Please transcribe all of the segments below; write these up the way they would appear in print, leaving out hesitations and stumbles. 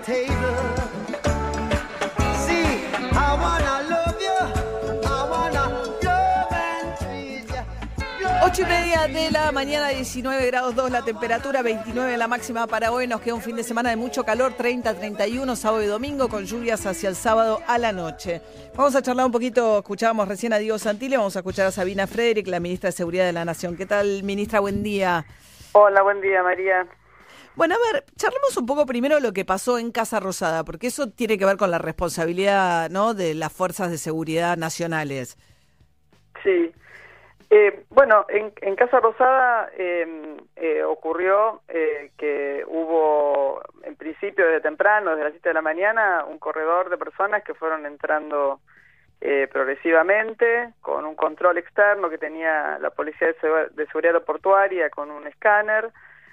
table. See, I wanna love you, I wanna love and treat you. 8:30 de la mañana, 19 grados 2 la temperatura, 29 la máxima para hoy. Nos queda un fin de semana de mucho calor, 30, 31, sábado y domingo, con lluvias hacia el sábado a la noche. Vamos a charlar un poquito, escuchábamos recién a Diego Santilli, vamos a escuchar a Sabina Frederick, la ministra de Seguridad de la Nación. ¿Qué tal, ministra? Buen día. Hola, buen día, María. Bueno, a ver, charlemos un poco primero lo que pasó en Casa Rosada, porque eso tiene que ver con la responsabilidad, ¿no?, de las fuerzas de seguridad nacionales. Sí. Bueno, en Casa Rosada ocurrió que hubo, en principio, desde temprano, desde las 7 de la mañana, un corredor de personas que fueron entrando progresivamente, con un control externo que tenía la Policía de Seguridad Aeroportuaria con un escáner.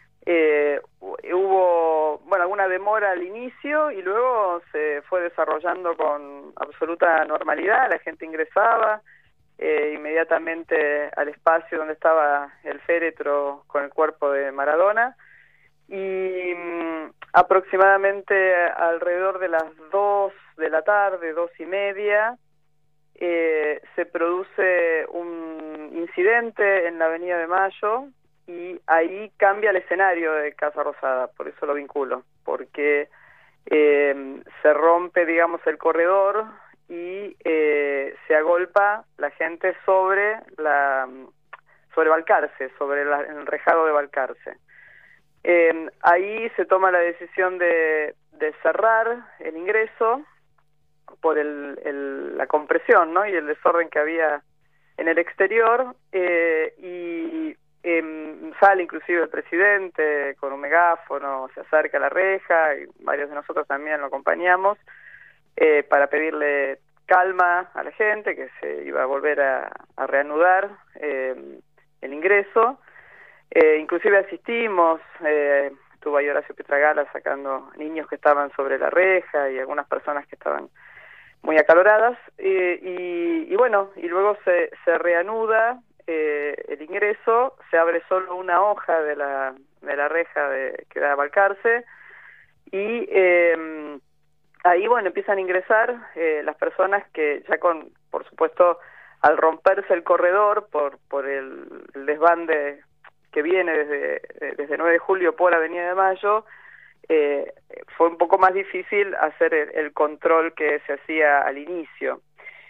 Hubo, bueno, alguna demora al inicio y luego se fue desarrollando con absoluta normalidad. La gente ingresaba inmediatamente al espacio donde estaba el féretro con el cuerpo de Maradona, y aproximadamente alrededor de las 2 de la tarde, 2:30, se produce un incidente en la Avenida de Mayo, y ahí cambia el escenario de Casa Rosada. Por eso lo vinculo, porque se rompe, digamos, el corredor y se agolpa la gente sobre Balcarce, sobre el enrejado de Balcarce. Ahí se toma la decisión de cerrar el ingreso por la compresión, ¿no?, y el desorden que había en el exterior, y sale inclusive el presidente con un megáfono, se acerca a la reja, y varios de nosotros también lo acompañamos, para pedirle calma a la gente, que se iba a volver a reanudar el ingreso. Inclusive asistimos, estuvo ahí Horacio Pietragala sacando niños que estaban sobre la reja y algunas personas que estaban muy acaloradas, y bueno, y luego se reanuda el ingreso, se abre solo una hoja de la reja que da a Balcarce, y ahí, bueno, empiezan a ingresar las personas que ya por supuesto, al romperse el corredor por el desbande que viene desde 9 de julio por Avenida de Mayo, fue un poco más difícil hacer el control que se hacía al inicio.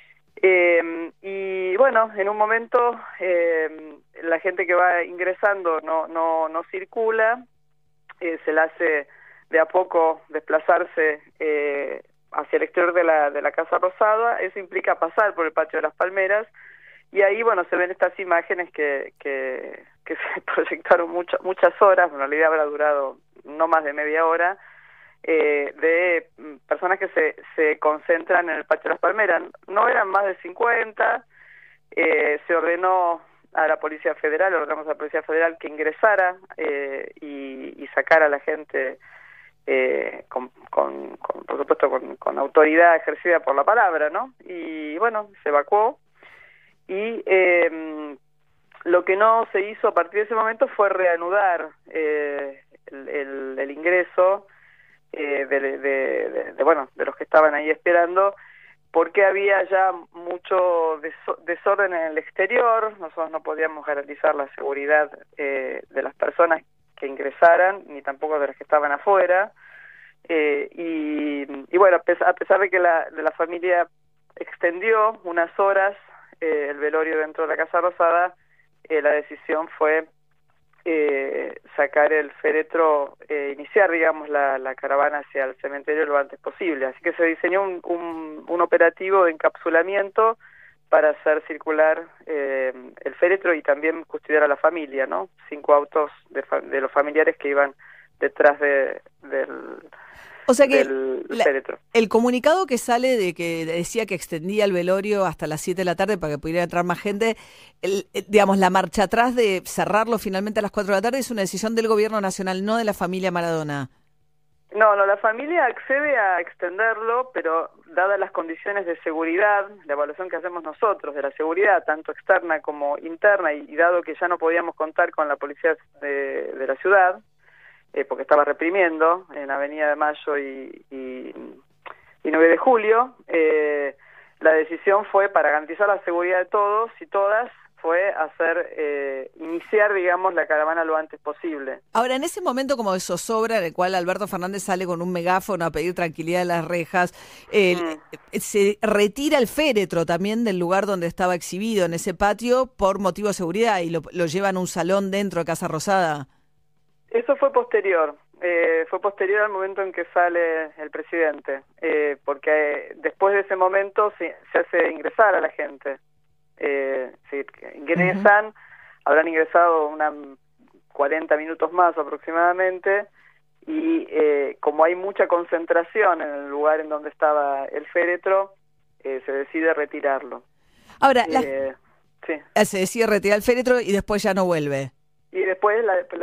Y bueno, en un momento la gente que va ingresando no circula, se le hace de a poco desplazarse hacia el exterior de la Casa Rosada. Eso implica pasar por el Patio de las Palmeras, y ahí, bueno, se ven estas imágenes que se proyectaron muchas horas, en realidad habrá durado no más de media hora, de personas que se concentran en el Patio de las Palmeras. No eran más de 50, se ordenó a la Policía Federal, ordenamos a la Policía Federal que ingresara y sacara a la gente, por supuesto, con autoridad ejercida por la palabra, ¿no? Y bueno, se evacuó, y lo que no se hizo a partir de ese momento fue reanudar el ingreso de los que estaban ahí esperando, porque había ya mucho desorden en el exterior. Nosotros no podíamos garantizar la seguridad de las personas que ingresaran, ni tampoco de las que estaban afuera, y bueno, a pesar de que la familia extendió unas horas el velorio dentro de la Casa Rosada, la decisión fue sacar el féretro, iniciar, digamos, la caravana hacia el cementerio lo antes posible. Así que se diseñó un operativo de encapsulamiento para hacer circular el féretro y también custodiar a la familia, ¿no? 5 autos de los familiares que iban detrás del O sea que féretro. El comunicado que sale de que decía que extendía el velorio hasta las 7 de la tarde para que pudiera entrar más gente, digamos, la marcha atrás de cerrarlo finalmente a las 4 de la tarde es una decisión del Gobierno Nacional, no de la familia Maradona. No, la familia accede a extenderlo, pero dadas las condiciones de seguridad, la evaluación que hacemos nosotros de la seguridad, tanto externa como interna, y dado que ya no podíamos contar con la policía de la ciudad, porque estaba reprimiendo en Avenida de Mayo y 9 de Julio. La decisión fue, para garantizar la seguridad de todos y todas, fue iniciar, digamos, la caravana lo antes posible. Ahora, en ese momento como de zozobra, en el cual Alberto Fernández sale con un megáfono a pedir tranquilidad en las rejas, se retira el féretro también del lugar donde estaba exhibido, en ese patio, por motivo de seguridad, y lo llevan a un salón dentro de Casa Rosada. Eso fue posterior. Fue posterior al momento en que sale el presidente, porque después de ese momento se hace ingresar a la gente. Ingresan, habrán ingresado unas 40 minutos más aproximadamente, y como hay mucha concentración en el lugar en donde estaba el féretro, se decide retirarlo. Ahora, sí. Se decide retirar el féretro y después ya no vuelve. Y después,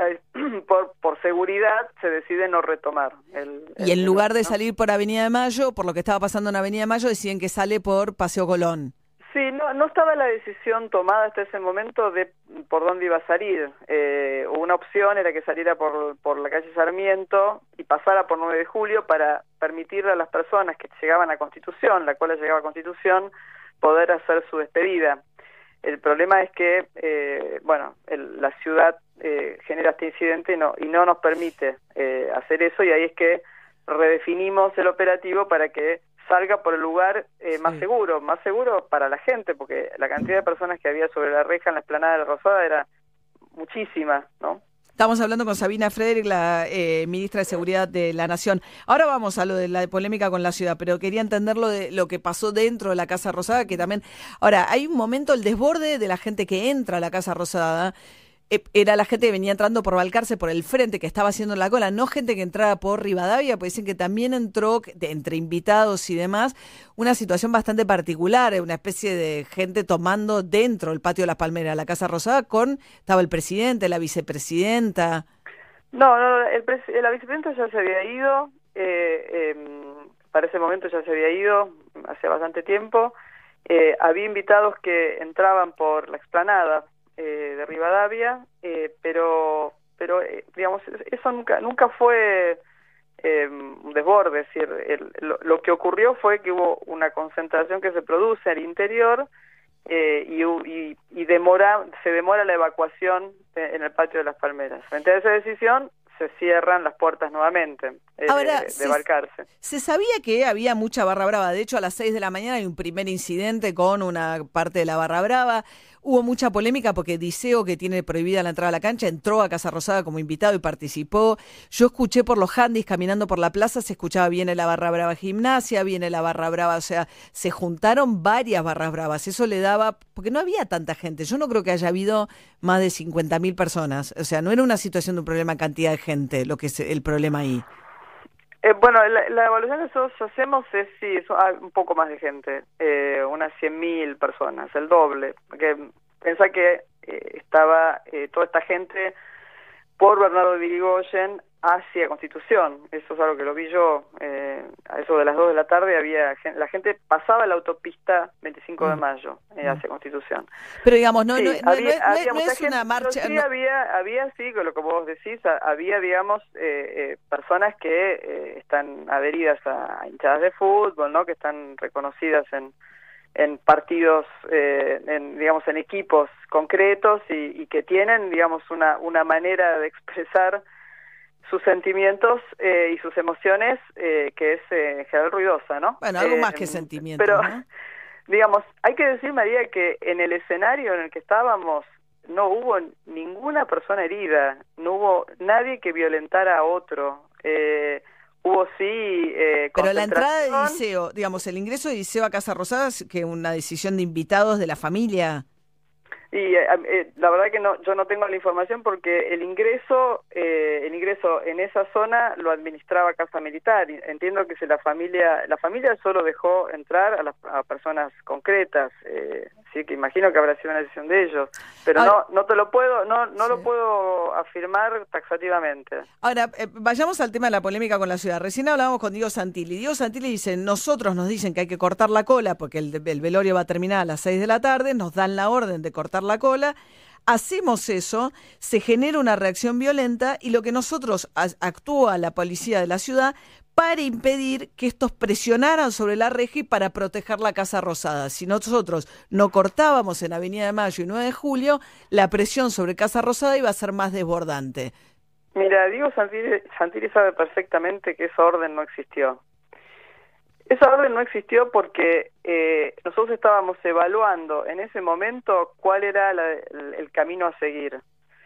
por seguridad, se decide no retomar. Y en lugar de salir por Avenida de Mayo, por lo que estaba pasando en Avenida de Mayo, deciden que sale por Paseo Colón. Sí, no estaba la decisión tomada hasta ese momento de por dónde iba a salir. Una opción era que saliera por la calle Sarmiento y pasara por 9 de Julio para permitirle a las personas que llegaban a Constitución, la cual llegaba a Constitución, poder hacer su despedida. El problema es que, la ciudad genera este incidente y no nos permite hacer eso, y ahí es que redefinimos el operativo para que salga por el lugar más seguro para la gente, porque la cantidad de personas que había sobre la reja en la explanada de la Rosada era muchísima, ¿no? Estamos hablando con Sabina Frederick, la ministra de Seguridad de la Nación. Ahora vamos a lo de la polémica con la ciudad, pero quería entender lo que pasó dentro de la Casa Rosada, que también... Ahora, hay un momento, el desborde de la gente que entra a la Casa Rosada, era la gente que venía entrando por Balcarce, por el frente, que estaba haciendo la cola, no gente que entraba por Rivadavia, pues dicen que también entró, entre invitados y demás, una situación bastante particular, una especie de gente tomando dentro el patio de las Palmeras, la Casa Rosada, estaba el presidente, la vicepresidenta. No, la vicepresidenta ya se había ido, para ese momento ya se había ido, hace bastante tiempo. Había invitados que entraban por la explanada de Rivadavia, pero digamos, eso nunca fue un desborde. Es decir, lo que ocurrió fue que hubo una concentración que se produce al interior, y se demora la evacuación en el patio de las Palmeras. Frente a esa decisión se cierran las puertas nuevamente de Balcarce. Se sabía que había mucha barra brava. De hecho, a las 6 de la mañana hay un primer incidente con una parte de la barra brava. Hubo mucha polémica porque Diceo, que tiene prohibida la entrada a la cancha, entró a Casa Rosada como invitado y participó. Yo escuché por los handys caminando por la plaza, se escuchaba viene la barra brava Gimnasia, viene la barra brava, o sea, se juntaron varias barras bravas. Eso le daba, porque no había tanta gente. Yo no creo que haya habido más de 50.000 personas. O sea, no era una situación de un problema de cantidad de gente, lo que es el problema ahí. La evaluación que nosotros hacemos es un poco más de gente, unas 100.000 personas, el doble, porque pensá que estaba toda esta gente por Bernardo de Irigoyen hacia Constitución. Eso es algo que lo vi yo, a eso de las 2 de la tarde la gente pasaba la autopista 25 de mayo hacia Constitución. Pero digamos, no había es una marcha... Sí, había, sí, con lo que vos decís, había, digamos, personas que están adheridas a hinchadas de fútbol, ¿no? Que están reconocidas en partidos, digamos, en equipos concretos y que tienen, digamos, una manera de expresar sus sentimientos y sus emociones que es en general ruidosa, ¿no? Bueno, algo más que sentimientos, pero, ¿no? Digamos, hay que decir, María, que en el escenario en el que estábamos no hubo ninguna persona herida, no hubo nadie que violentara a otro. Hubo sí pero la entrada de Diceo, digamos, el ingreso de Diceo a Casa Rosada, que una decisión de invitados de la familia. Y la verdad que yo no tengo la información porque el ingreso en esa zona lo administraba Casa Militar. Entiendo que la familia solo dejó entrar a personas concretas, sí, que imagino que habrá sido una decisión de ellos, pero no lo puedo afirmar taxativamente. Ahora, vayamos al tema de la polémica con la ciudad. Recién hablábamos con Diego Santilli. Diego Santilli dice, nosotros nos dicen que hay que cortar la cola porque el velorio va a terminar a las 6 de la tarde, nos dan la orden de cortar la cola. hacemos eso, se genera una reacción violenta y lo que nosotros actúa la policía de la ciudad para impedir que estos presionaran sobre la reja y para proteger la Casa Rosada. Si nosotros no cortábamos en Avenida de Mayo y 9 de Julio, la presión sobre Casa Rosada iba a ser más desbordante. Mira, Diego Santilli sabe perfectamente que esa orden no existió. Esa orden no existió porque nosotros estábamos evaluando en ese momento cuál era el camino a seguir.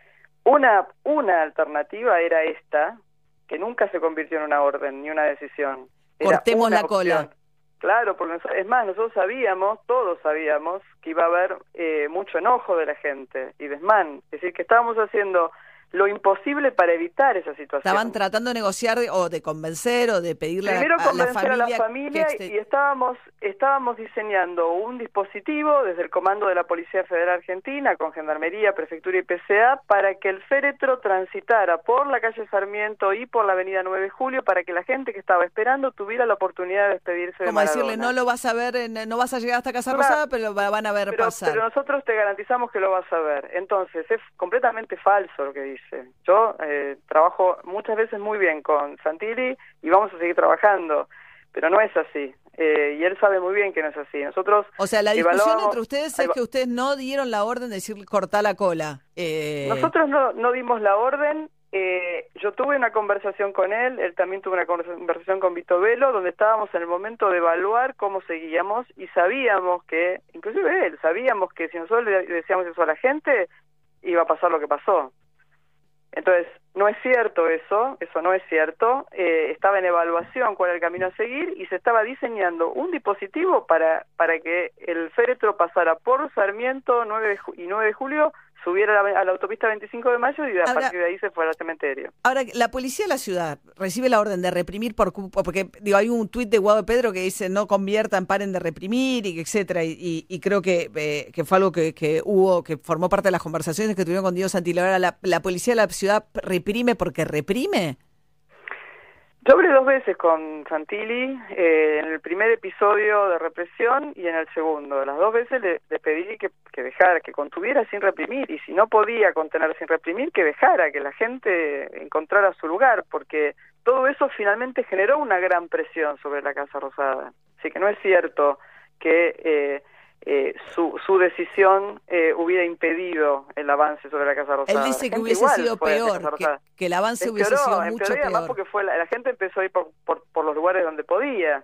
Una alternativa era esta, que nunca se convirtió en una orden ni una decisión. Era cortemos la opción. cola. Claro, porque es más, nosotros todos sabíamos que iba a haber mucho enojo de la gente y desmán. Es decir, que estábamos haciendo lo imposible para evitar esa situación. Estaban tratando de negociar o de convencer o de pedirle Primero a la familia y estábamos diseñando un dispositivo desde el comando de la Policía Federal Argentina con Gendarmería, Prefectura y PCA para que el féretro transitara por la calle Sarmiento y por la avenida 9 de Julio para que la gente que estaba esperando tuviera la oportunidad de despedirse de Maradona. Como decirle, no lo vas a ver, no vas a llegar hasta Casa Rosada, pero van a ver pasar. Pero nosotros te garantizamos que lo vas a ver. Entonces, es completamente falso lo que dice. Yo trabajo muchas veces muy bien con Santilli y vamos a seguir trabajando, pero no es así. Y él sabe muy bien que no es así. Nosotros, o sea, la discusión entre ustedes es que ustedes no dieron la orden de decir cortá la cola. Nosotros no dimos la orden. Yo tuve una conversación con él también tuvo una conversación con Vito Velo, donde estábamos en el momento de evaluar cómo seguíamos y sabíamos que, inclusive sabíamos que si nosotros le decíamos eso a la gente, iba a pasar lo que pasó. Entonces, no es cierto eso no es cierto. Estaba en evaluación cuál era el camino a seguir y se estaba diseñando un dispositivo para que el féretro pasara por Sarmiento 9 de Julio, subiera a la autopista 25 de Mayo y a partir de ahí se fuera al cementerio. Ahora, la policía de la ciudad recibe la orden de reprimir porque hay un tuit de Guado Pedro que dice no conviertan, paren de reprimir, y etcétera, y creo que fue algo que formó parte de las conversaciones que tuvieron con Diego Santilli. Ahora, ¿la policía de la ciudad reprime porque reprime? Yo hablé 2 veces con Santilli, en el primer episodio de represión y en el segundo. Las 2 veces le pedí que dejara, que contuviera sin reprimir, y si no podía contener sin reprimir, que dejara, que la gente encontrara su lugar, porque todo eso finalmente generó una gran presión sobre la Casa Rosada. Así que no es cierto que su decisión hubiera impedido el avance sobre la Casa Rosada. Él dice que hubiese sido peor, que el avance hubiese sido mucho peor. Además porque la gente empezó a ir por los lugares donde podía.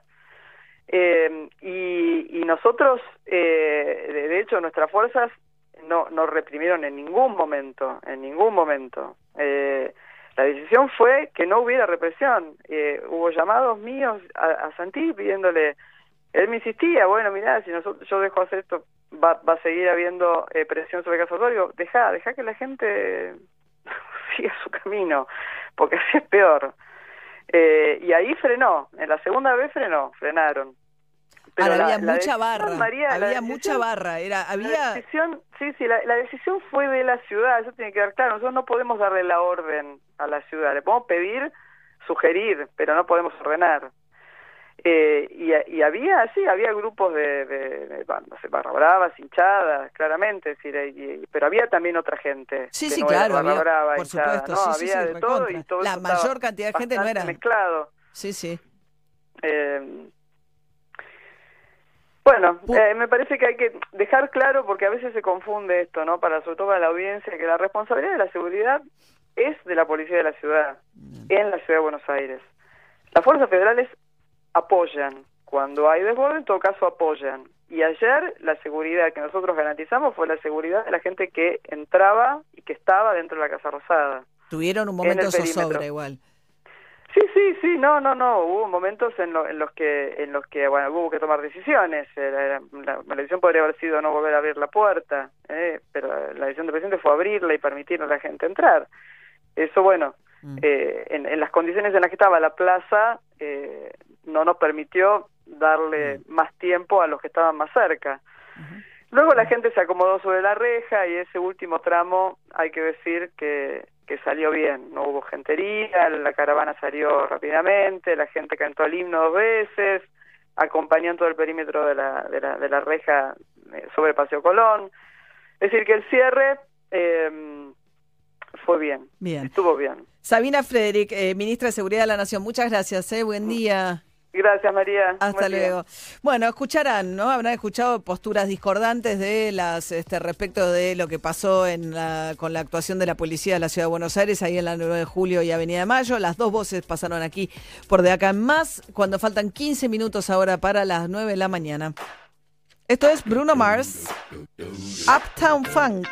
Y nosotros, de hecho, nuestras fuerzas no reprimieron en ningún momento. La decisión fue que no hubiera represión. Hubo llamados míos a Santilli pidiéndole. Él me insistía, bueno, mirá, si yo dejo hacer esto, va a seguir habiendo presión sobre Casa Rosada. Digo, deja que la gente siga su camino, porque así es peor. Y ahí frenó, en la segunda vez frenaron. Pero ahora, había mucha barra, había... La decisión fue de la ciudad, eso tiene que quedar claro. Nosotros no podemos darle la orden a la ciudad, le podemos pedir, sugerir, pero no podemos ordenar. Y había grupos de barra bravas, hinchadas, claramente, es decir, pero había también otra gente. Sí, no claro, barra brava, por hinchada, supuesto, ¿no? sí, había de todo y todo. La mayor cantidad de gente no era mezclado. Sí. Bueno, me parece que hay que dejar claro, porque a veces se confunde esto, ¿no? Sobre todo para la audiencia, que la responsabilidad de la seguridad es de la policía de la ciudad, en la ciudad de Buenos Aires. Las fuerzas federales apoyan. Cuando hay desborde, en todo caso apoyan. Y ayer la seguridad que nosotros garantizamos fue la seguridad de la gente que entraba y que estaba dentro de la Casa Rosada. Tuvieron un momento zozobra igual. Sí, no, hubo momentos en los que bueno, hubo que tomar decisiones. La decisión podría haber sido no volver a abrir la puerta, pero la decisión del presidente fue abrirla y permitirle a la gente entrar. Eso, bueno, en las condiciones en las que estaba la plaza, no nos permitió darle más tiempo a los que estaban más cerca. Luego la gente se acomodó sobre la reja y ese último tramo hay que decir que salió bien. No hubo gentería, la caravana salió rápidamente, la gente cantó el himno 2 veces, acompañó en todo el perímetro de la reja sobre Paseo Colón. Es decir, que el cierre fue bien. Bien. Estuvo bien. Sabina Frederick, ministra de Seguridad de la Nación, muchas gracias, buen día. Gracias, María. Hasta Buen día. luego. Bueno, escucharán, ¿no? Habrán escuchado posturas discordantes de las respecto de lo que pasó con la actuación de la policía de la Ciudad de Buenos Aires, ahí en la 9 de Julio y Avenida de Mayo. Las dos voces pasaron aquí por De Acá en Más, cuando faltan 15 minutos ahora para las 9 de la mañana. Esto es Bruno Mars, Uptown Funk.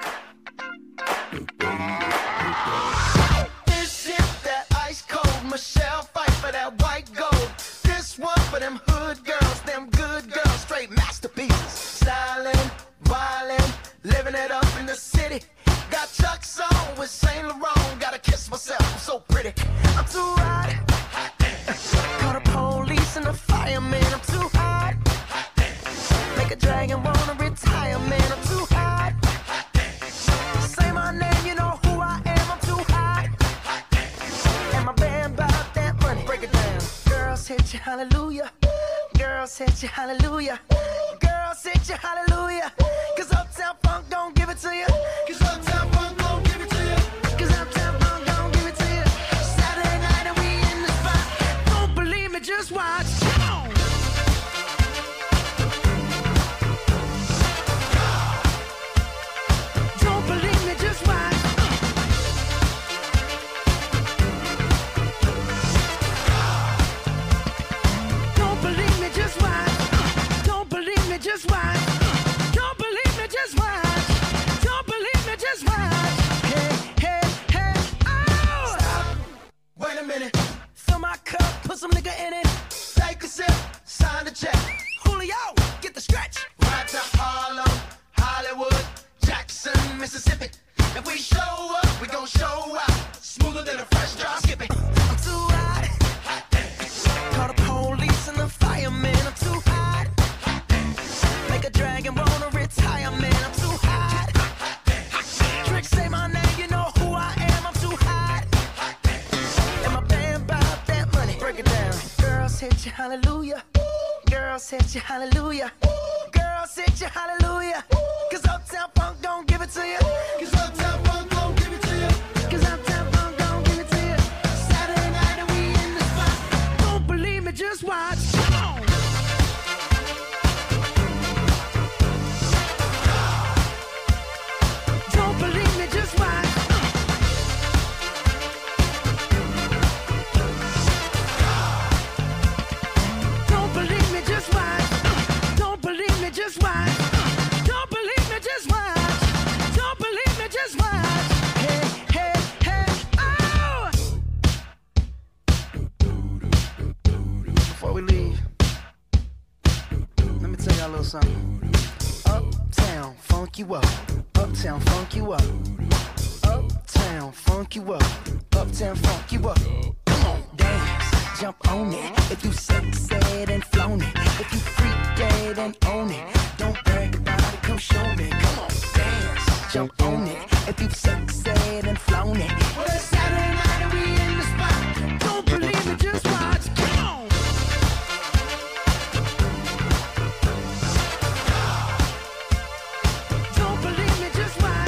This is that ice cold Michelle fight for that white gold. This one for them hood girls, them good girls, straight masterpieces. Stylin', wildin', living it up in the city. Got Chuck's on with Saint Laurent. Gotta kiss myself, I'm so pretty. I'm too hot. Call the police and the fireman. I'm too hot. Make a dragon wanna retire, man. I'm too hot. Say my name, you know who I am. I'm too hot. And my band bought that money. Break it down. Girls hit you, hallelujah. Girls hit you, hallelujah. Girls hit you, hallelujah. Cause Uptown Funk don't give it to you. Cause Uptown Funk don't give it to you. Cause Uptown Funk don't give it to you. Saturday night and we in the spot. Don't believe me, just watch. Come on. Don't believe me, just watch. Don't believe me, just watch. Don't believe me, just watch. Don't believe me, just watch. Don't believe me, just watch. Hey, hey, hey, oh! Stop. Wait a minute. Fill my cup, put some nigga in it. Take a sip, sign the check. Julio, get the stretch. Right to Harlem, Hollywood, Jackson, Mississippi. If we show up, we gon' show out. Smoother than a fresh drop skipping. I'm too hot. Call the police and the fireman. I'm too hot. Make a dragon wanna retire, man. I'm too hot. Trick say my name, you know who I am. I'm too hot. And my band bought that money. Break it down. Girls hit you, hallelujah. Girls hit you, hallelujah. Girls hit you, hallelujah. Cause Uptown Funk don't give it to you. Cause Uptown Funk don't give it to you. Cause Uptown Funk don't give it to you. Saturday night and we in the spot. Don't believe me, just watch. Come on. Don't believe me, just watch. Don't believe me, just watch. Don't believe me, just watch. Don't believe me, just watch. Don't believe me, just watch. Hey, hey, hey, oh! Before we leave, let me tell y'all a little something. Uptown, funk you up. Uptown, funk you up. Uptown, funk you up. Uptown, funk you up. Come on, dance, jump on it. If you sexed and flown it. If you freak dead and own it. Don't brag about it, come show me. Come on, dance, jump on it. If you sexed and flown it. Well, it's Saturday night and we in the spot. Don't believe it, just watch. Come on. Don't believe me, just watch.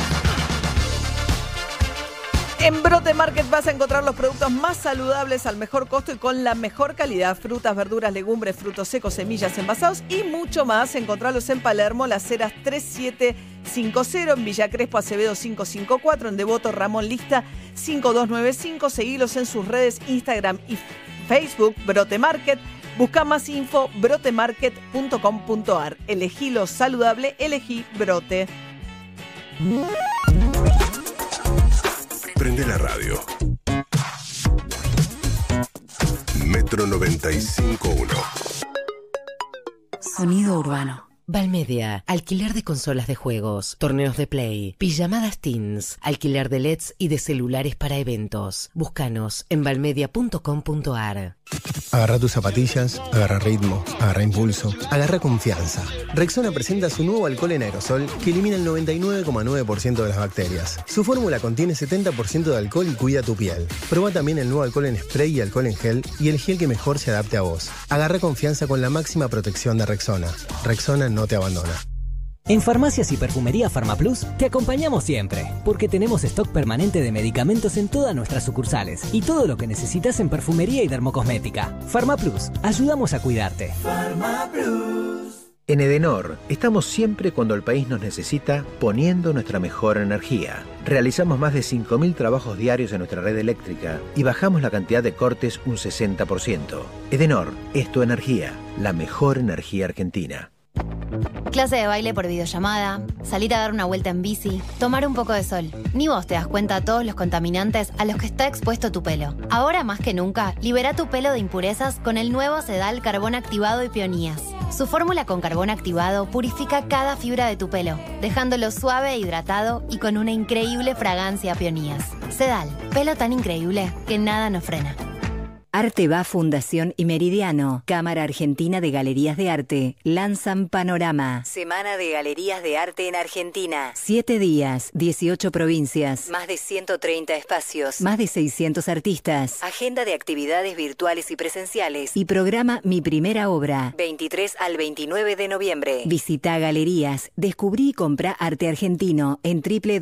En Brote Market vas a encontrar los productos más saludables al mejor costo y con la mejor calidad. Frutas, verduras, legumbres, frutos secos, semillas, envasados y mucho más. Encontrarlos en Palermo, Las Heras 3750, en Villa Crespo, Acevedo 554, en Devoto, Ramón Lista 5295. Seguilos en sus redes Instagram y Facebook, Brote Market. Busca más info, brotemarket.com.ar. Elegí lo saludable, elegí Brote. Prende la radio. Metro 95.1. Sonido urbano. Valmedia, alquiler de consolas de juegos, torneos de play, pijamadas teens, alquiler de LEDs y de celulares para eventos. Búscanos en valmedia.com.ar. Agarra tus zapatillas, agarra ritmo, agarra impulso, agarra confianza. Rexona presenta su nuevo alcohol en aerosol que elimina el 99,9% de las bacterias. Su fórmula contiene 70% de alcohol y cuida tu piel. Proba también el nuevo alcohol en spray y alcohol en gel y el gel que mejor se adapte a vos. Agarra confianza con la máxima protección de Rexona. Rexona no te abandona. En Farmacias y Perfumería Farmaplus te acompañamos siempre, porque tenemos stock permanente de medicamentos en todas nuestras sucursales y todo lo que necesitas en perfumería y dermocosmética. Farmaplus, ayudamos a cuidarte. En Edenor, estamos siempre cuando el país nos necesita, poniendo nuestra mejor energía. Realizamos más de 5.000 trabajos diarios en nuestra red eléctrica y bajamos la cantidad de cortes un 60%. Edenor es tu energía, la mejor energía argentina. Clase de baile por videollamada, salir a dar una vuelta en bici, tomar un poco de sol. Ni vos te das cuenta de todos los contaminantes a los que está expuesto tu pelo. Ahora más que nunca, libera tu pelo de impurezas con el nuevo Sedal Carbón Activado y Peonías. Su fórmula con carbón activado purifica cada fibra de tu pelo, dejándolo suave e hidratado y con una increíble fragancia a peonías. Sedal, pelo tan increíble que nada nos frena. Arte Va Fundación y Meridiano, Cámara Argentina de Galerías de Arte, lanzan Panorama. Semana de Galerías de Arte en Argentina. 7 días, 18 provincias, más de 130 espacios, más de 600 artistas, agenda de actividades virtuales y presenciales y programa Mi Primera Obra, 23 al 29 de noviembre. Visita galerías, descubrí y comprá arte argentino en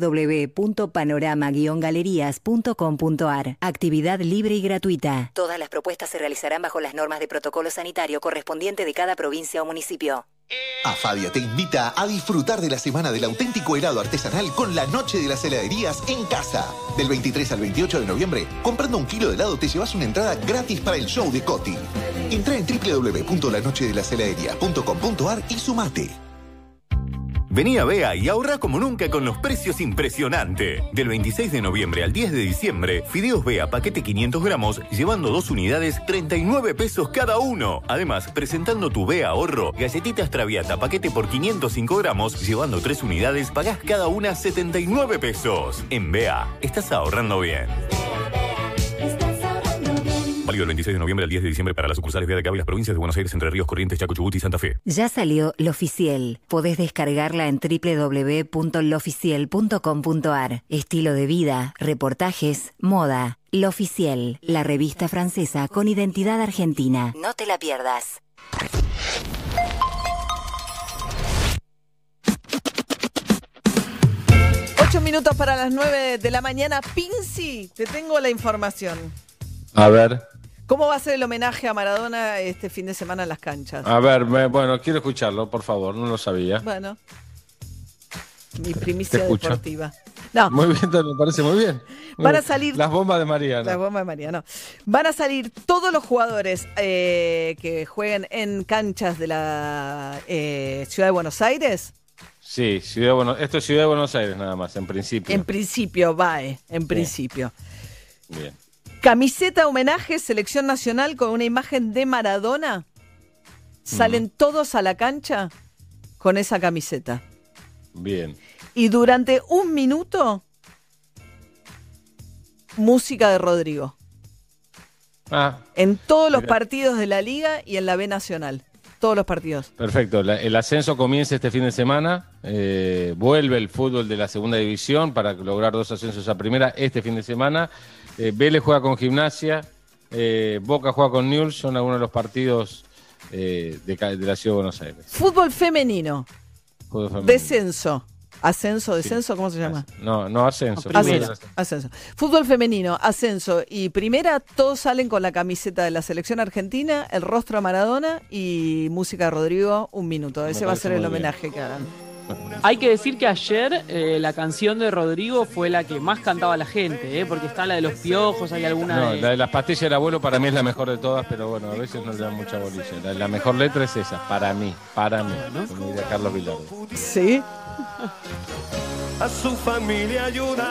www.panorama-galerías.com.ar. Actividad libre y gratuita. Todas las propuestas se realizarán bajo las normas de protocolo sanitario correspondiente de cada provincia o municipio. Afadia te invita a disfrutar de la semana del auténtico helado artesanal con la Noche de las Heladerías en casa. Del 23 al 28 de noviembre, comprando 1 kilo de helado te llevas una entrada gratis para el show de Coti. Entra en www.lanochedelasHeladerías.com.ar y sumate. Vení a BEA y ahorra como nunca con los precios impresionantes. Del 26 de noviembre al 10 de diciembre, fideos BEA paquete 500 gramos, llevando 2 unidades, 39 pesos cada uno. Además, presentando tu BEA ahorro, galletitas Traviata paquete por 505 gramos, llevando 3 unidades, pagás cada una 79 pesos. En BEA, estás ahorrando bien. Válido del 26 de noviembre al 10 de diciembre para las sucursales BEA de Cava y las provincias de Buenos Aires, Entre Ríos, Corrientes, Chaco, Chubut y Santa Fe. Ya salió L'Oficiel. Podés descargarla en www.l'oficiel.com.ar. Estilo de vida, reportajes, moda. L'Oficiel, la revista francesa con identidad argentina. No te la pierdas. Minutos para las 9 de la mañana. Pinci, te tengo la información. A ver. ¿Cómo va a ser el homenaje a Maradona este fin de semana en las canchas? A ver, bueno, quiero escucharlo, por favor, no lo sabía. Bueno, mi primicia deportiva. No. Muy bien, me parece muy bien. Van a salir las bombas de Mariana. Las bombas de Mariana. Van a salir todos los jugadores que jueguen en canchas de la Ciudad de Buenos Aires. Sí, esto es Ciudad de Buenos Aires nada más, en principio. En principio, en principio. Bien. Camiseta homenaje, selección nacional con una imagen de Maradona. Salen todos a la cancha con esa camiseta. Bien. Y durante 1 minuto, música de Rodrigo. En todos los partidos de la Liga y en la B Nacional. Todos los partidos. Perfecto. El ascenso comienza este fin de semana. Vuelve el fútbol de la segunda división para lograr 2 ascensos a primera este fin de semana. Vélez juega con Gimnasia. Boca juega con Newell's. Son algunos de los partidos de la Ciudad de Buenos Aires. Fútbol femenino. Descenso. Ascenso, descenso, sí. ¿Cómo se llama? No, ascenso. Ascenso. Fútbol femenino, ascenso y primera, todos salen con la camiseta de la selección argentina, el rostro a Maradona y música de Rodrigo, 1 minuto. Ese va a ser el homenaje que hagan. Hay que decir que ayer la canción de Rodrigo fue la que más cantaba la gente, porque está la de los piojos, hay alguna la de las pastillas del abuelo para mí es la mejor de todas, pero bueno, a veces no le dan mucha bolilla. La mejor letra es esa, para mí, ¿no? Como diría Carlos Vilardo. Sí. A su familia ayudar.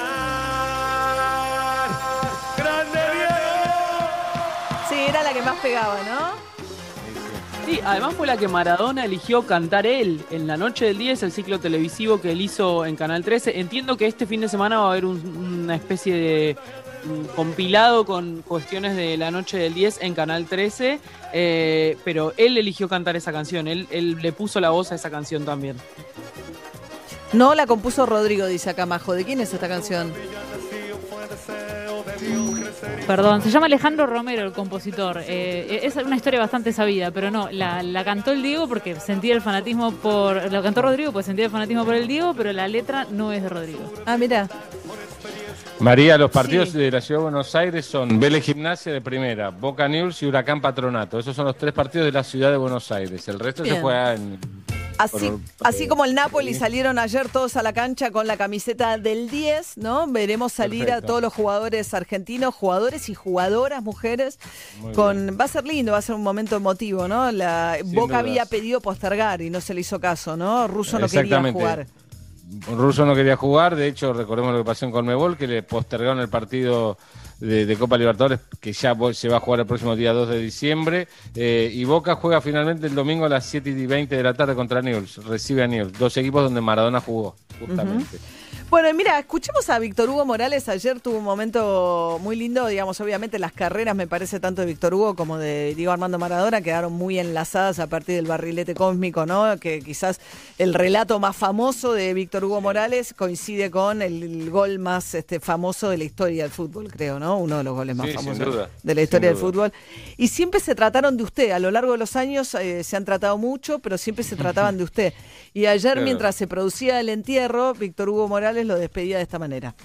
¡Grande Diego! Sí, era la que más pegaba, ¿no? Sí, además fue la que Maradona eligió cantar él en la noche del 10, el ciclo televisivo que él hizo en Canal 13. Entiendo que este fin de semana va a haber una especie de compilado con cuestiones de la noche del 10 en Canal 13, pero él eligió cantar esa canción, él le puso la voz a esa canción también. No, la compuso Rodrigo, dice acá Majo. ¿De quién es esta canción? Perdón, se llama Alejandro Romero, el compositor. Es una historia bastante sabida, pero no, la cantó el Diego porque sentía el fanatismo por... La cantó Rodrigo porque sentía el fanatismo por el Diego, pero la letra no es de Rodrigo. Ah, mira. María, los partidos de la Ciudad de Buenos Aires son Vélez Gimnasia de primera, Boca News y Huracán Patronato. Esos son los 3 partidos de la Ciudad de Buenos Aires. El resto Bien. se juega en... Así como el Napoli salieron ayer todos a la cancha con la camiseta del 10, ¿no? Veremos salir Perfecto. a todos los jugadores argentinos, jugadores y jugadoras mujeres. Va a ser lindo, va a ser un momento emotivo, ¿no? Sin Boca dudas. había pedido postergar y no se le hizo caso, ¿no? Russo no quería Exactamente. jugar. Russo no quería jugar, de hecho recordemos lo que pasó en Conmebol, que le postergaron el partido de Copa Libertadores, que ya se va a jugar el próximo día 2 de diciembre, y Boca juega finalmente el domingo a las 7:20 de la tarde contra Newell's, recibe a Newell's, 2 equipos donde Maradona jugó, justamente. Bueno, mira, escuchemos a Víctor Hugo Morales. Ayer tuvo un momento muy lindo, digamos, obviamente las carreras, me parece, tanto de Víctor Hugo como de Diego Armando Maradona quedaron muy enlazadas a partir del barrilete cósmico, ¿no? Que quizás el relato más famoso de Víctor Hugo Morales coincide con el gol más famoso de la historia del fútbol, creo, ¿no? Uno de los goles más Sí, sin famosos duda, de la historia sin del duda. fútbol. Y siempre se trataron de usted. A lo largo de los años se han tratado mucho, pero siempre se trataban de usted. Y ayer, Claro. mientras se producía el entierro, Víctor Hugo Morales lo despedía de esta manera.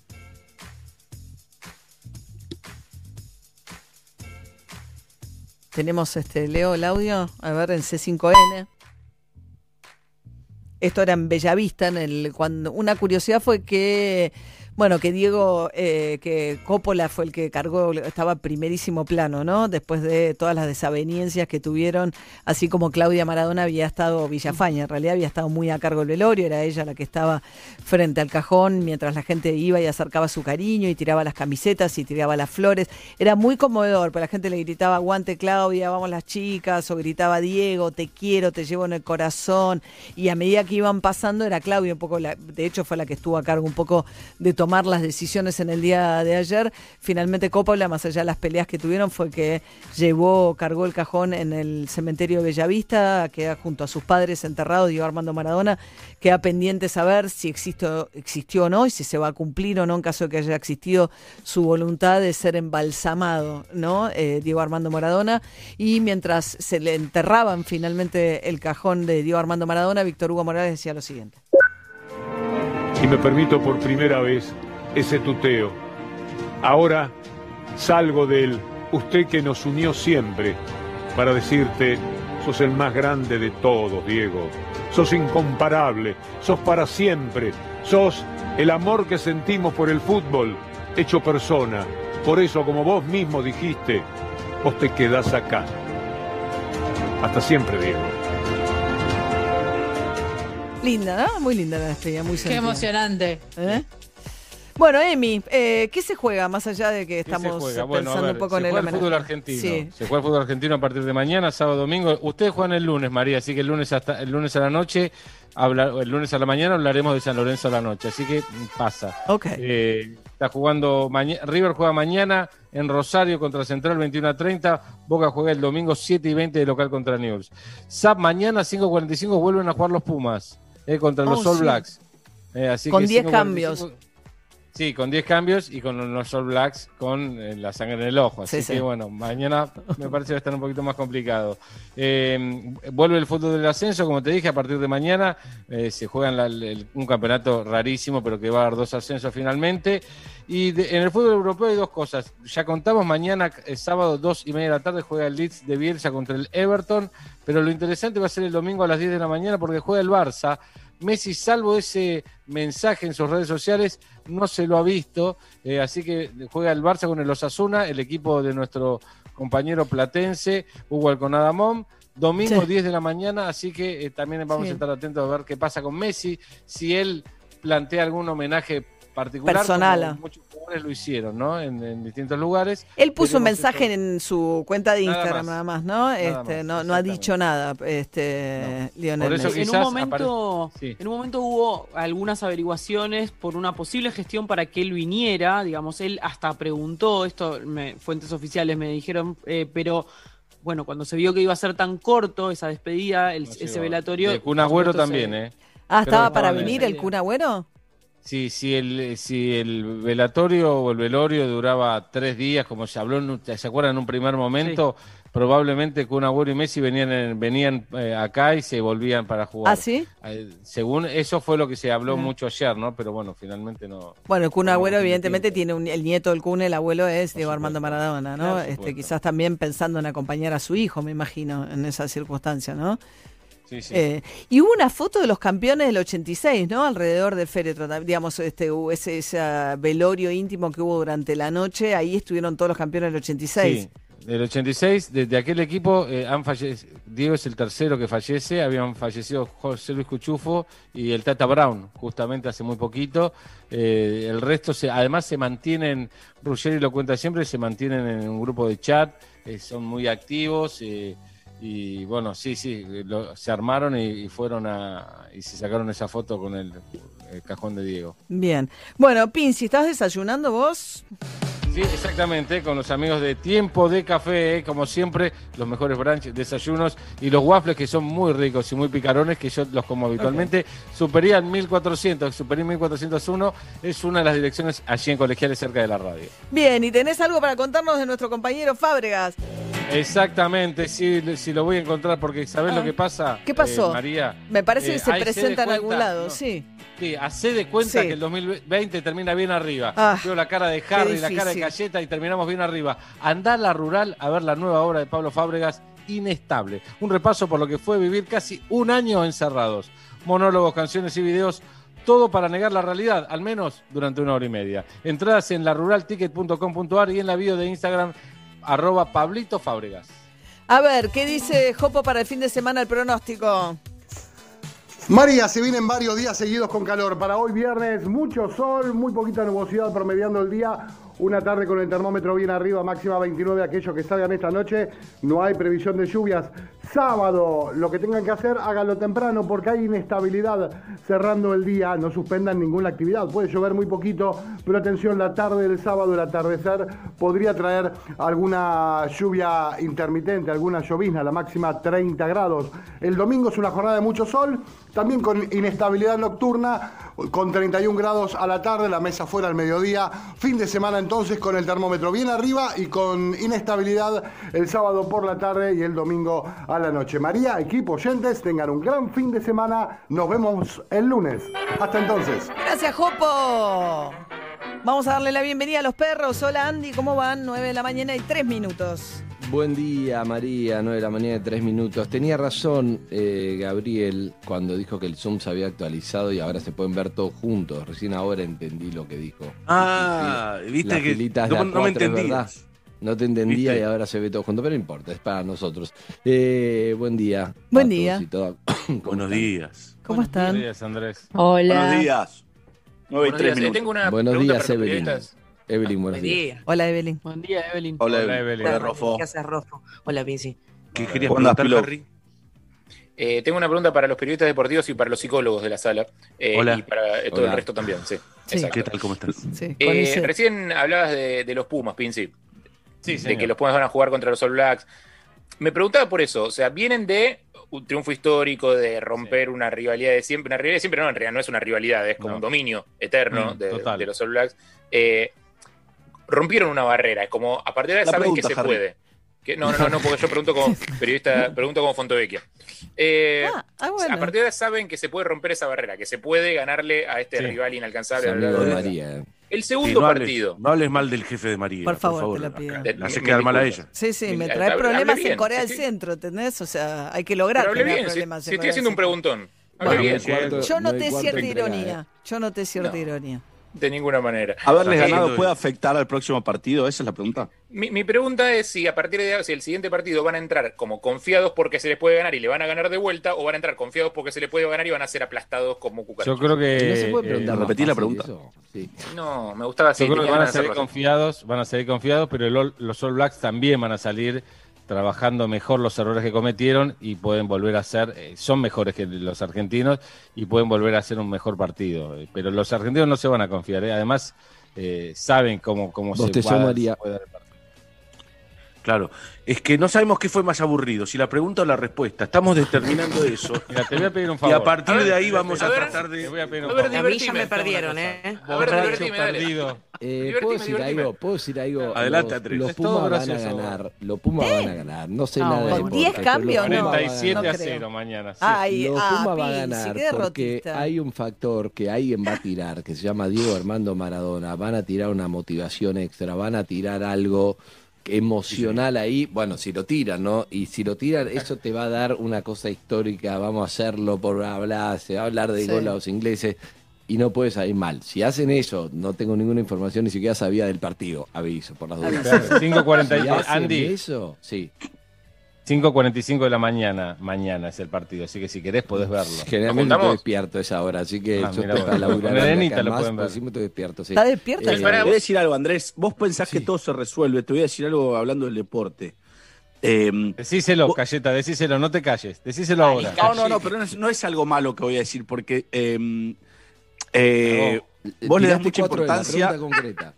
Tenemos Leo el audio, a ver, en C5N. Esto era en Bellavista, cuando una curiosidad fue que, bueno, que Diego, que Coppola fue el que cargó, estaba primerísimo plano, ¿no? Después de todas las desavenencias que tuvieron, así como Claudia Maradona había estado, Villafaña en realidad había estado muy a cargo del velorio, era ella la que estaba frente al cajón mientras la gente iba y acercaba su cariño y tiraba las camisetas y tiraba las flores. Era muy conmovedor, pero la gente le gritaba, aguante Claudia, vamos las chicas, o gritaba Diego, te quiero, te llevo en el corazón, y a medida que iban pasando era Claudia un poco, de hecho fue la que estuvo a cargo un poco de tomar las decisiones en el día de ayer. Finalmente Coppola, más allá de las peleas que tuvieron, fue que cargó el cajón en el cementerio de Bellavista, queda junto a sus padres enterrado, Diego Armando Maradona. Queda pendiente saber si existió o no, y si se va a cumplir o no en caso de que haya existido su voluntad de ser embalsamado, ¿no? Diego Armando Maradona. Y mientras se le enterraban finalmente el cajón de Diego Armando Maradona, Víctor Hugo Morales decía lo siguiente. Y me permito por primera vez ese tuteo. Ahora salgo del usted que nos unió siempre para decirte, sos el más grande de todos, Diego. Sos incomparable, sos para siempre, sos el amor que sentimos por el fútbol, hecho persona. Por eso, como vos mismo dijiste, vos te quedás acá. Hasta siempre, Diego. Linda, ¿no? Muy linda la despedida, muy Qué sentida. emocionante. Bueno, Emi, ¿qué se juega más allá de que estamos juega? Bueno, pensando a ver, un poco en se el juega el homenaje? fútbol argentino. Sí. Se juega el fútbol argentino a partir de mañana, sábado, domingo. Ustedes juegan el lunes, María, así que el lunes a la noche, el lunes a la mañana hablaremos de San Lorenzo a la noche, así que pasa. Ok. Está jugando River juega mañana en Rosario contra Central 21:30, Boca juega el domingo 7:20 de local contra Newell's. SAP mañana 5:45 vuelven a jugar los Pumas contra los All sí. Blacks. Así Con que 10 5:45 cambios. Sí, con 10 cambios y con los All Blacks con la sangre en el ojo. Así Sí, que sí. bueno, mañana me parece que va a estar un poquito más complicado. Vuelve el fútbol del ascenso, como te dije, a partir de mañana se juega un campeonato rarísimo, pero que va a dar 2 ascensos finalmente. Y en el fútbol europeo hay 2 cosas. Ya contamos, mañana, sábado, 2:30 de la tarde, juega el Leeds de Bielsa contra el Everton, pero lo interesante va a ser el domingo a las 10 de la mañana porque juega el Barça. Messi, salvo ese mensaje en sus redes sociales, no se lo ha visto, así que juega el Barça con el Osasuna, el equipo de nuestro compañero platense, Hugo Alconadamón, domingo Sí. 10 de la mañana, así que también vamos Sí. a estar atentos a ver qué pasa con Messi, si él plantea algún homenaje particular, Personal. como muchos jugadores lo hicieron, ¿no? En distintos lugares. Él puso un Veremos mensaje eso. en su cuenta de Nada Instagram, más. nada más, ¿no? No ha dicho nada, Lionel Por eso Messi. En un momento hubo algunas averiguaciones por una posible gestión para que él viniera, digamos, él hasta preguntó, fuentes oficiales me dijeron, pero bueno, cuando se vio que iba a ser tan corto esa despedida, ese velatorio... De Kun Agüero por supuesto, también, Ah, Creo ¿estaba que para estaban venir en- el Kun Agüero? si el velatorio o el velorio duraba 3 días, como se habló, ¿se acuerdan en un primer momento? Sí. Probablemente Kun Agüero y Messi venían acá y se volvían para jugar. ¿Ah, sí? Según eso fue lo que se habló mucho ayer, ¿no? Pero bueno, finalmente no. Bueno, Kun Agüero evidentemente tiene el nieto del Kun, el abuelo es Diego Armando Maradona, ¿no? Quizás también pensando en acompañar a su hijo, me imagino, en esa circunstancia, ¿no? Sí, sí. Y hubo una foto de los campeones del 86, ¿no? Alrededor del féretro, digamos, ese velorio íntimo que hubo durante la noche, ahí estuvieron todos los campeones del 86. Sí. Del 86, de aquel equipo, Diego es el tercero que fallece, habían fallecido José Luis Cuchufo y el Tata Brown, justamente hace muy poquito. El resto, además se mantienen, Ruggeri lo cuenta siempre, se mantienen en un grupo de chat, son muy activos y bueno, sí, se armaron y fueron y se sacaron esa foto con el cajón de Diego. Bien. Bueno, Pinci, ¿estás desayunando vos? Sí, exactamente, con los amigos de Tiempo de Café, como siempre, los mejores brunch, desayunos y los waffles que son muy ricos y muy picarones, que yo los como habitualmente. Superían 1400, Superí 1401, es una de las direcciones allí en Colegiales, cerca de la radio. Bien, ¿y tenés algo para contarnos de nuestro compañero Fábregas? Exactamente, sí lo voy a encontrar, porque ¿sabés lo que pasa? ¿Qué pasó? María. Me parece que se presenta en algún lado, sí. Sí, hacé de cuenta que el 2020 termina bien arriba. Veo la cara de Harry, la cara de Cayeta y terminamos bien arriba. Andá a la Rural a ver la nueva obra de Pablo Fábregas, Inestable. Un repaso por lo que fue vivir casi un año encerrados. Monólogos, canciones y videos, todo para negar la realidad, al menos durante 1 hora y media. Entradas en laruralticket.com.ar y en la bio de Instagram, @Pablito Fábregas. A ver, ¿qué dice Jopo para el fin de semana el pronóstico? María, se vienen varios días seguidos con calor. Para hoy viernes, mucho sol, muy poquita nubosidad promediando el día. Una tarde con el termómetro bien arriba, máxima 29. Aquellos que salgan esta noche, no hay previsión de lluvias. Sábado, lo que tengan que hacer, háganlo temprano porque hay inestabilidad cerrando el día. No suspendan ninguna actividad. Puede llover muy poquito, pero atención, la tarde del sábado, el atardecer, podría traer alguna lluvia intermitente, alguna llovizna, la máxima 30 grados. El domingo es una jornada de mucho sol, también con inestabilidad nocturna, con 31 grados a la tarde, la mesa fuera al mediodía. Fin de semana entonces con el termómetro bien arriba y con inestabilidad el sábado por la tarde y el domingo a la noche. María, equipo, oyentes, tengan un gran fin de semana. Nos vemos el lunes. Hasta entonces. Gracias, Jopo. Vamos a darle la bienvenida a los perros. Hola, Andy, ¿cómo van? 9 de la mañana y 3 minutos. Buen día, María, 9 de la mañana y 3 minutos. Tenía razón Gabriel cuando dijo que el Zoom se había actualizado y ahora se pueden ver todos juntos. Recién ahora entendí lo que dijo. Viste las que filitas no, de no me entendías. No te entendía. ¿Viste? Y ahora se ve todo junto, pero no importa, es para nosotros. Buen día. Buen día. Buenos días. ¿Cómo están? Buenos días, Andrés. Hola. Buenos días. 9 y 3 minutos. Tengo una buenos pregunta días, para los Evelyn. periodistas. Evelyn, buenos días. Hola, Evelyn. Buen día, Evelyn. Hola, Evelyn. Hola, Rofo. ¿Qué haces, Rofo? Hola, Pinci. ¿Qué querías preguntar, Harry? Tengo una pregunta para los periodistas deportivos y para los psicólogos de la sala. Hola. Y para todo el resto también, sí. ¿Qué tal? ¿Cómo estás? Sí, recién hablabas de los Pumas, Pinci. Sí, de que los Pumas van a jugar contra los All Blacks. Me preguntaba por eso, o sea, vienen de un triunfo histórico, de romper una rivalidad de siempre. Una rivalidad de siempre, no, en realidad no es una rivalidad, es como un dominio eterno de los All Blacks. Rompieron una barrera, es como a partir de ahora saben que se Harry. puede. No, porque yo pregunto como periodista, pregunto como Fontevecchia. Bueno. A partir de ahora saben que se puede romper esa barrera, que se puede ganarle a este rival inalcanzable. Amigo de María. El segundo partido. No hables mal del jefe de María. Por favor, te lo pido. La hace quedar mal a ella. Sí, me trae problemas en Corea del Centro, ¿entendés? O sea, hay que lograr Pero hable generar bien, problemas. si estoy haciendo un preguntón. Yo noté cierta ironía. De ninguna manera. ¿Haberles ganado puede afectar al próximo partido? Esa es la pregunta. Mi pregunta es si a partir de si el siguiente partido van a entrar como confiados porque se les puede ganar y le van a ganar de vuelta, o van a entrar confiados porque se les puede ganar y van a ser aplastados como cucarachas. Yo creo que No se puede preguntar. Repetir la pregunta. Sí. No, me gustaba así. Yo creo que van a salir confiados, pero los All Blacks también van a salir trabajando mejor los errores que cometieron y pueden volver a ser, son mejores que los argentinos y pueden volver a hacer un mejor partido. Pero los argentinos no se van a confiar, además saben cómo se puede dar el partido. Claro, es que no sabemos qué fue más aburrido, si la pregunta o la respuesta. Estamos determinando eso. Mira, te voy a pedir un Y favor. a partir de ahí vamos a tratar Te de... voy a pedir un A ver, favor. A mí ya me perdieron, Perdido. ¿Puedo decir algo? Adelante, Andrés. Los Es todo Pumas van a gracioso. ganar. Los Pumas van a ganar. No sé Ah, nada de bueno. deporte, 10 pero cambios, los no. Pumas van a 47 a ganar. 0 mañana. Sí. Ay, Los Pumas van a Pizzi, ganar qué porque derrotista. hay un factor que alguien va a tirar, que se llama Diego Armando Maradona. Van a tirar una motivación extra, van a tirar algo emocional ahí. Bueno, si lo tiran, ¿no? Y si lo tiran, eso te va a dar una cosa histórica. Vamos a hacerlo por hablar, se va a hablar de Sí. gol a los ingleses. Y no puede salir mal. Si hacen eso, no tengo ninguna información, ni siquiera sabía del partido. Aviso, por las dudas. 5:40. Si hacen Andy, eso, sí. 5:45 de la mañana. Mañana es el partido, así que si querés podés verlo. Generalmente estoy despierto a esa hora, así que Ah, yo mira estoy para vos. laburar. Con Elenita acá lo más, pueden ver. pues sí me estoy despierto, sí. ¿Está despierto? Eh, Te voy a decir algo, Andrés. Vos pensás que todo se resuelve. Te voy a decir algo hablando del deporte. Decíselo, Cayeta, decíselo, no te calles. Decíselo ahora. No, pero no es algo malo que voy a decir, porque vos le das Tiraste mucha 4 de la importancia. pregunta concreta.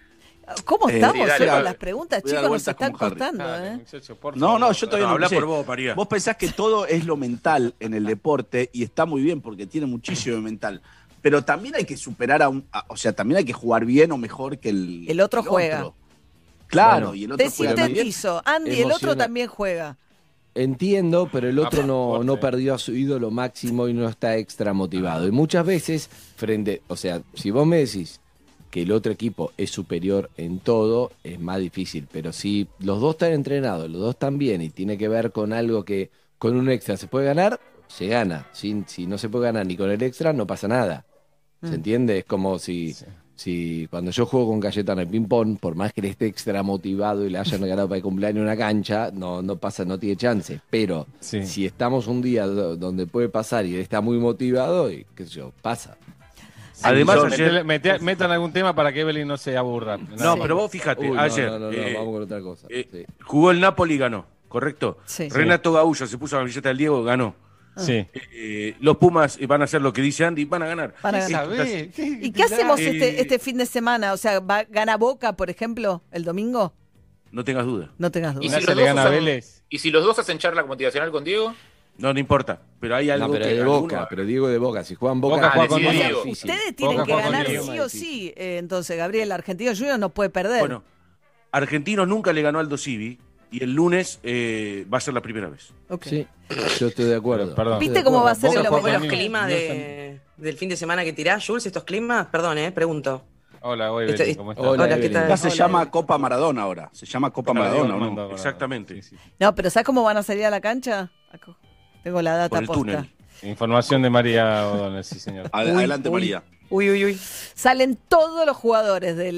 ¿Cómo estamos sí, dale, con dale. las preguntas, Voy a dar chicos? Nos vueltas están como Harry. cortando, ¿eh? No, yo todavía no habla empecé. por vos, María. Vos pensás que todo es lo mental en el deporte y está muy bien porque tiene muchísimo de mental. Pero también hay que superar o sea, también hay que jugar bien o mejor que El otro juega. Claro, Bueno, y el otro Te juega bien. sintetizo. Andy, el otro Emociona. también juega. Entiendo, pero el otro no fuerte. perdió a su ídolo máximo y no está extra motivado. Y muchas veces, o sea, si vos me decís que el otro equipo es superior en todo, es más difícil. Pero si los dos están entrenados, los dos están bien y tiene que ver con algo que con un extra se puede ganar, se gana. Si no se puede ganar ni con el extra, no pasa nada. ¿Se entiende? Es como si cuando yo juego con Cayetano en ping-pong, por más que le esté extra motivado y le hayan regalado para el cumpleaños una cancha, no pasa, no tiene chance. Pero si estamos un día donde puede pasar y él está muy motivado, y qué sé yo, pasa. Además, metan algún tema para que Evelyn no se aburra. No, pero vos fíjate, Uy, ayer no, vamos con otra cosa. Sí. jugó el Napoli y ganó, ¿correcto? Sí. Renato Gaullo se puso la camiseta del Diego, ganó. Sí. Los Pumas van a hacer lo que dice Andy, van a ganar. Van a ganar. ¿Y qué hacemos este fin de semana? O sea, ¿gana Boca, por ejemplo, el domingo? No tengas duda. No tengas ¿Y dudas. si, ¿Y si los dos hacen charla motivacional con Diego? No importa, pero hay algo No, pero que de alguno- Boca, pero Diego de Boca. Si juegan Boca, Boca juega con es Diego. difícil. Ustedes tienen Boca que juega con ganar Diego. sí o sí. Entonces, Gabriel, Argentino Junior no puede perder. Bueno, Argentinos nunca le ganó al Aldo Civi y el lunes va a ser la primera vez. Sí, yo estoy de acuerdo. Perdón. ¿Viste cómo va a ser ¿Son el poco los domingo? climas del fin de semana que tirás, Jules, estos climas? Perdón, pregunto. Hola, Evelyn, Este- ¿cómo estás? Hola, ¿qué Evelyn. tal? Ya se Hola. llama Copa Maradona ahora. Se llama Copa Maradona, ¿o no? Exactamente. No, pero ¿sabes cómo van a salir a la cancha? Tengo la data Por el posta. túnel. Información de María O'Donnell, sí, señor. Adelante, María. Uy. Salen todos los jugadores de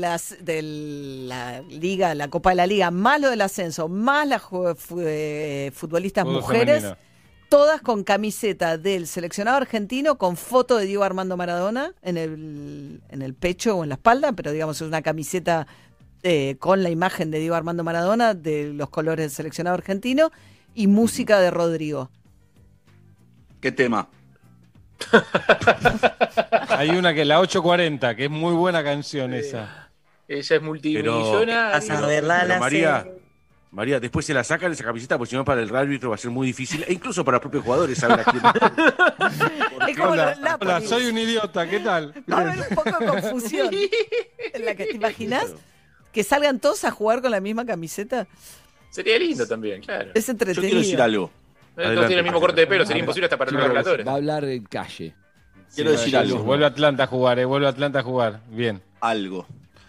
la liga, la Copa de la Liga, más lo del ascenso, más las futbolistas Fútbol mujeres, femenino. todas con camiseta del seleccionado argentino, con foto de Diego Armando Maradona en el pecho o en la espalda, pero digamos es una camiseta con la imagen de Diego Armando Maradona, de los colores del seleccionado argentino, y música de Rodrigo. ¿Qué tema? Hay una que la 840, que es muy buena canción esa. Ella es multimillonaria. A saberla la María, después se la sacan esa camiseta, porque si no para el árbitro va a ser muy difícil, e incluso para los propios jugadores saber a quién. Es como Hola, la hola, soy un idiota, ¿qué tal? Va a haber un poco de confusión en la que te imaginas que salgan todos a jugar con la misma camiseta. Sería lindo también, claro. Es Yo entretenido. quiero decir algo. Todos tienen el mismo corte de pelo, sería imposible hasta para los relatores. Va a hablar en calle. Quiero decir algo. Vuelve a Atlanta a jugar, vuelve a Atlanta a jugar. Bien. Algo.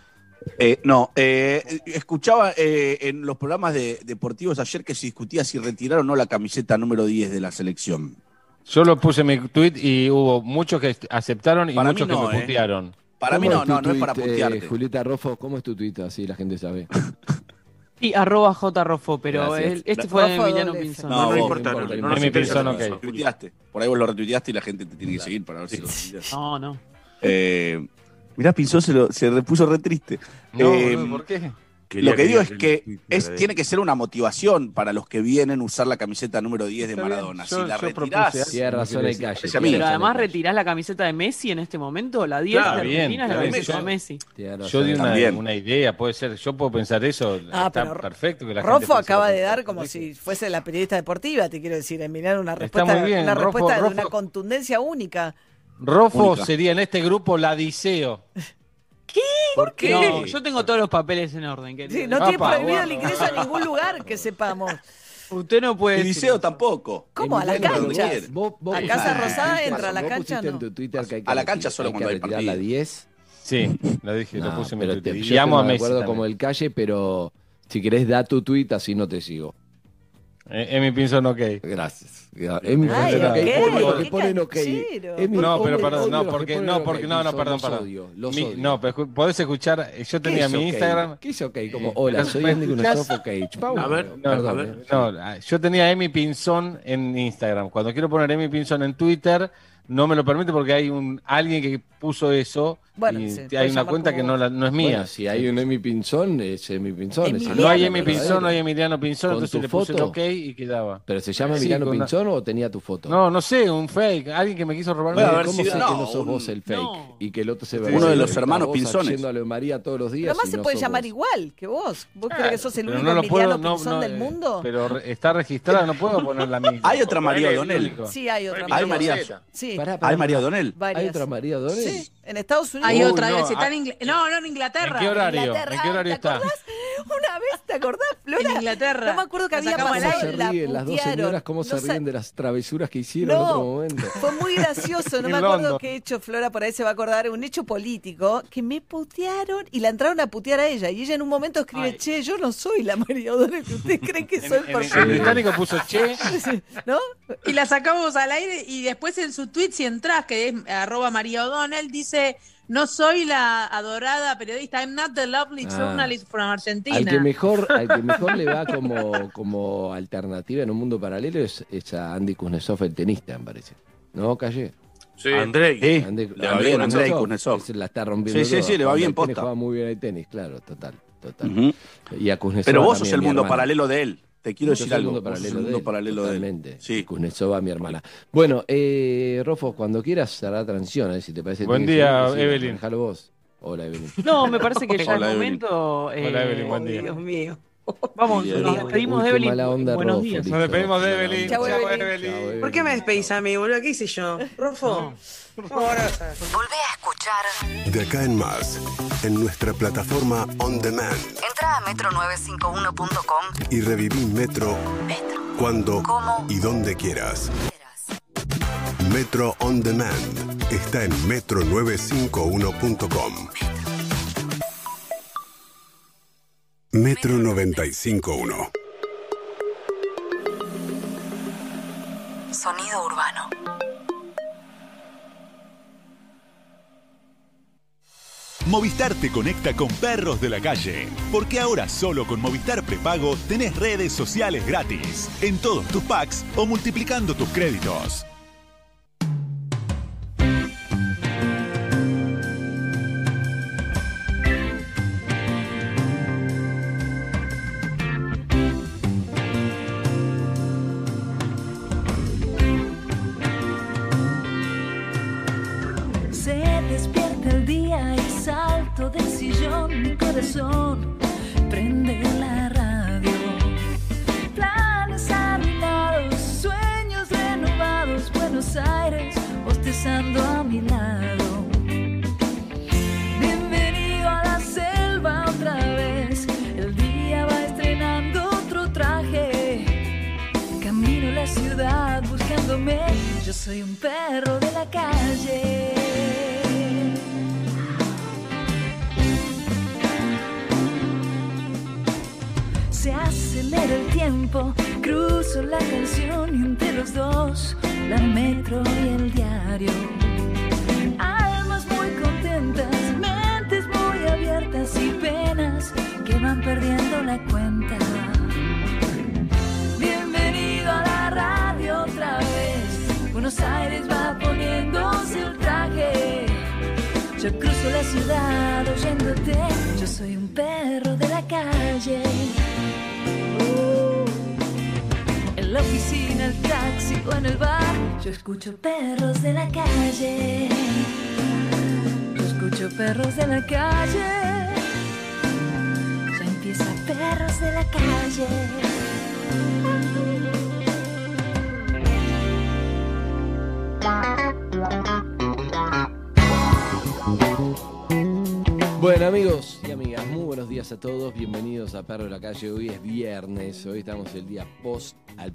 Escuchaba en los programas deportivos ayer que se discutía si retirar o no la camiseta número 10 de la selección. Yo lo puse en mi tweet y hubo muchos que aceptaron y Para mí muchos no, que me putearon. Para mí ¿Cómo no tu es para tuit, putearte. Julieta Rofo, ¿cómo es tu tuit? Así la gente sabe. Sí, @jrofo, pero Gracias. este fue Rofo Emiliano doble Pinzón. No, No vos, importa, no no importa. nos Emi interesa. Pinzón, No, ok. Lo retuiteaste. Por ahí vos lo retuiteaste y la gente te tiene que seguir para ver si lo retuiteas. No. Mirá, Pinzón se repuso re triste. No, boludo, ¿por qué? Lo que digo es que tiene que ser una motivación para los que vienen usar la camiseta número 10 de Maradona. Si la retirás... Tiene razón el Calle. Pero además retirás la camiseta de Messi en este momento. La 10 de Argentina es la camiseta de Messi. Yo di una idea, puede ser. Yo puedo pensar eso. Está perfecto que la gente Rofo acaba de dar como si fuese la periodista deportiva, te quiero decir, en mirar una respuesta, muy bien. De una contundencia única. Rofo sería en este grupo Ladiseo. ¿Qué? ¿Por qué? No, yo tengo todos los papeles en orden. Sí, no tiene prohibido el ingreso a ningún lugar que sepamos. Usted no puede. El liceo tampoco. ¿Cómo? ¿A la cancha? ¿A Casa Rosada entra a la cancha? No. A la cancha solo cuando hay partido. ¿La 10? Sí, lo dije, lo puse en mi Twitter. Yo llamo a Messi. Me acuerdo como el Calle, pero si querés da tu tweet, así no te sigo. Emi Pinzón, ok. Gracias. Emi Pinzón, ok. Ponen ok. No, pero perdón, perdón. No, pero podés escuchar, yo tenía mi Instagram. ¿Qué es ok? Como, hola, soy Andy Kuznetsov, ok. A ver. No, yo tenía Emi Pinzón en Instagram. Cuando quiero poner Emi Pinzón en Twitter, no me lo permite porque hay alguien que puso eso. Bueno, y hay una cuenta que no es mía. Bueno, si hay un Emi Pinzón, es Emi Pinzón. No hay Emi Pinzón, no hay Emiliano Pinzón, entonces le puse el ok y quedaba. ¿Pero se llama Emiliano Pinzón o tenía tu foto? No sé, un fake, alguien que me quiso robar. ¿Cómo sé que no sos vos el fake? Y que el otro se ve. Uno de los hermanos Pinzones. Yendo a lo María todos los días. Además se puede llamar igual que vos. ¿Vos crees que sos el único Emiliano Pinzón del mundo? Pero está registrada, no puedo poner la misma. ¿Hay otra María O'Donnell? Sí, hay otra María. ¿Hay María? Sí. ¿Hay María O'Donnell? ¿Hay otra María O'Donnell? Sí, en Estados Unidos. Hay otra, está en en Inglaterra. ¿En qué horario? ¿En qué horario está? Una vez, ¿te acordás, Flora? En Inglaterra. No me acuerdo que había pasado las dos señoras, cómo se ríen de las travesuras que hicieron en otro momento. Fue muy gracioso, no me acuerdo qué hecho, Flora por ahí se va a acordar, un hecho político, que me putearon y la entraron a putear a ella. Y ella en un momento escribe, che, yo no soy la María O'Donnell que ustedes creen que soy por El británico puso che. ¿No? Y la sacamos al aire y después en su tweet, si entras, que es @María O'Donnell, dice... No soy la adorada periodista. I'm not the lovely journalist from Argentina. Al que mejor le va como alternativa en un mundo paralelo es a Andy Kuznetsov, el tenista, me parece. ¿No, Calle? Sí. Andrei. Le va bien Andrei Kuznetsov. La está rompiendo Sí, le va bien posta. Juega muy bien el tenis, claro, total. Y a Kuznetsov Pero vos sos el mundo paralelo de él. Te quiero decir algo. El mundo paralelo de él. Sí. Kuznetsov, mi hermana. Bueno, Rofo, cuando quieras hará transición, si te parece. Buen día, Evelyn. Déjalo vos. Hola, Evelyn. No, me parece que ya es momento. Hola, Evelyn, buen día. Dios mío. Vamos, nos despedimos de Evelyn. Mala onda, Buenos Rofo, días. listo. Nos despedimos de Evelyn. Chau, Evelyn. ¿Por qué me despedís a mí, boludo? ¿Qué hice yo? ¿Rofo? Ahora. Volvé a escuchar De acá en más, en nuestra plataforma On Demand. Entra a metro951.com Y reviví Metro cuando y donde quieras. Metro On Demand está en metro951.com. Metro 95.1. Sonido urbano. Movistar te conecta con perros de la calle, porque ahora solo con Movistar Prepago tenés redes sociales gratis, en todos tus packs o multiplicando tus créditos. Se despierta el día y salto del sillón, mi corazón prende la radio. Planes arruinados, sueños renovados, Buenos Aires bostezando a mi lado. Bienvenido a la selva otra vez, el día va estrenando otro traje. Camino a la ciudad buscándome, yo soy un perro de la calle. Se acelera el tiempo, cruzo la canción y entre los dos, la metro y el diario. Almas muy contentas, mentes muy abiertas y penas que van perdiendo la cuenta. Bienvenido a la radio otra vez, Buenos Aires va poniéndose el traje. Yo cruzo la ciudad oyéndote, yo soy un perro de la calle. calle. En la oficina, el taxi o en el bar, yo escucho perros de la calle. Yo escucho perros de la calle. Ya empieza Perros de la Calle. Bueno, amigos y amigas, muy buenos días a todos. Bienvenidos a Perros de la Calle. Hoy es viernes, hoy estamos el día post al